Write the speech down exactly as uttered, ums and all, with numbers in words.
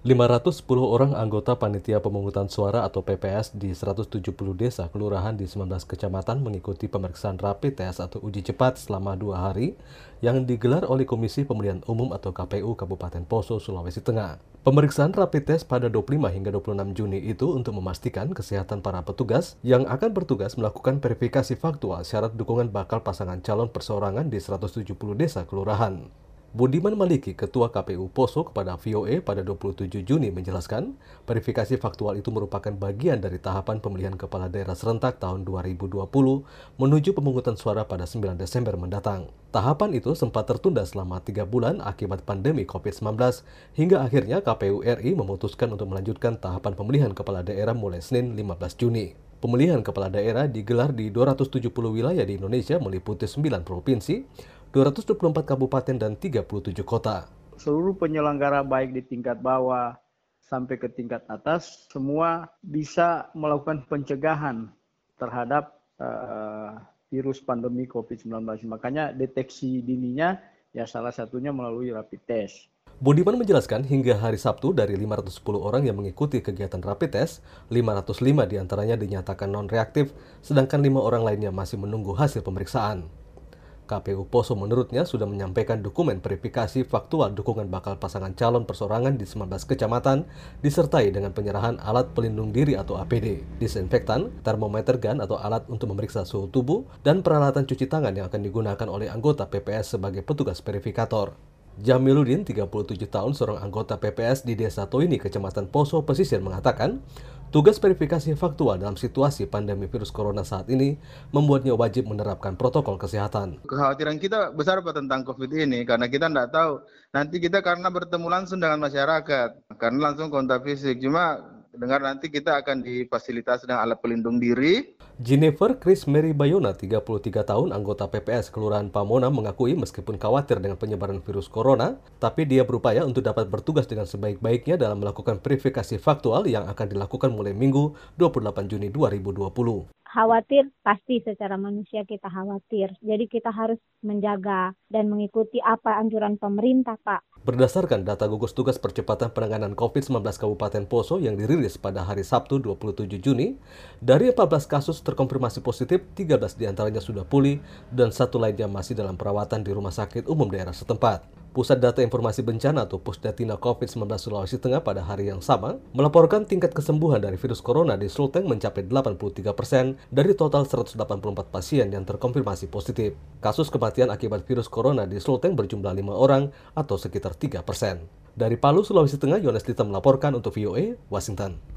lima ratus sepuluh orang anggota Panitia Pemungutan Suara atau P P S di seratus tujuh puluh desa kelurahan di sembilan belas kecamatan mengikuti pemeriksaan rapid test atau uji cepat selama dua hari yang digelar oleh Komisi Pemilihan Umum atau K P U Kabupaten Poso, Sulawesi Tengah. Pemeriksaan rapid test pada dua puluh lima hingga dua puluh enam Juni itu untuk memastikan kesehatan para petugas yang akan bertugas melakukan verifikasi faktual syarat dukungan bakal pasangan calon perseorangan di seratus tujuh puluh desa kelurahan. Budiman Maliki, Ketua K P U Poso kepada V O A pada dua puluh tujuh Juni menjelaskan, verifikasi faktual itu merupakan bagian dari tahapan pemilihan kepala daerah serentak tahun dua ribu dua puluh menuju pemungutan suara pada sembilan Desember mendatang. Tahapan itu sempat tertunda selama tiga bulan akibat pandemi covid sembilan belas, hingga akhirnya K P U R I memutuskan untuk melanjutkan tahapan pemilihan kepala daerah mulai Senin lima belas Juni. Pemilihan kepala daerah digelar di dua ratus tujuh puluh wilayah di Indonesia meliputi sembilan provinsi, dua ratus dua puluh empat kabupaten, dan tiga puluh tujuh kota. Seluruh penyelenggara baik di tingkat bawah sampai ke tingkat atas, semua bisa melakukan pencegahan terhadap uh, virus pandemi covid sembilan belas. Makanya deteksi dininya ya salah satunya melalui rapid test. Budiman menjelaskan hingga hari Sabtu dari lima ratus sepuluh orang yang mengikuti kegiatan rapid test, lima ratus lima diantaranya dinyatakan non-reaktif, sedangkan lima orang lainnya masih menunggu hasil pemeriksaan. K P U Poso menurutnya sudah menyampaikan dokumen verifikasi faktual dukungan bakal pasangan calon perseorangan di sembilan belas kecamatan, disertai dengan penyerahan alat pelindung diri atau A P D, disinfektan, termometer gun atau alat untuk memeriksa suhu tubuh, dan peralatan cuci tangan yang akan digunakan oleh anggota P P S sebagai petugas verifikator. Jamiludin, tiga puluh tujuh tahun, seorang anggota P P S di Desa Toini, Kecamatan Poso Pesisir, mengatakan, tugas verifikasi faktual dalam situasi pandemi virus corona saat ini membuatnya wajib menerapkan protokol kesehatan. Kekhawatiran kita besar Pak tentang COVID ini karena kita tidak tahu. Nanti kita karena bertemu langsung dengan masyarakat, karena langsung kontak fisik. Cuma dengar nanti kita akan difasilitasi dengan alat pelindung diri. Jennifer Chris Mary Bayona, tiga puluh tiga tahun, anggota P P S Kelurahan Pamona, mengakui meskipun khawatir dengan penyebaran virus corona, tapi dia berupaya untuk dapat bertugas dengan sebaik-baiknya dalam melakukan verifikasi faktual yang akan dilakukan mulai Minggu dua puluh delapan Juni dua ribu dua puluh. Khawatir, pasti secara manusia kita khawatir. Jadi kita harus menjaga dan mengikuti apa anjuran pemerintah, Pak. Berdasarkan data gugus tugas percepatan penanganan covid sembilan belas Kabupaten Poso yang dirilis pada hari Sabtu dua puluh tujuh Juni, dari empat belas kasus terkonfirmasi positif, tiga belas diantaranya sudah pulih dan satu lainnya masih dalam perawatan di Rumah Sakit Umum daerah setempat. Pusat Data Informasi Bencana atau Pusdatina covid sembilan belas Sulawesi Tengah pada hari yang sama melaporkan tingkat kesembuhan dari virus corona di Sulteng mencapai delapan puluh tiga persen dari total seratus delapan puluh empat pasien yang terkonfirmasi positif. Kasus kematian akibat virus corona di Sulteng berjumlah lima orang atau sekitar tiga persen. Dari Palu, Sulawesi Tengah, Yones Dita melaporkan untuk V O A, Washington.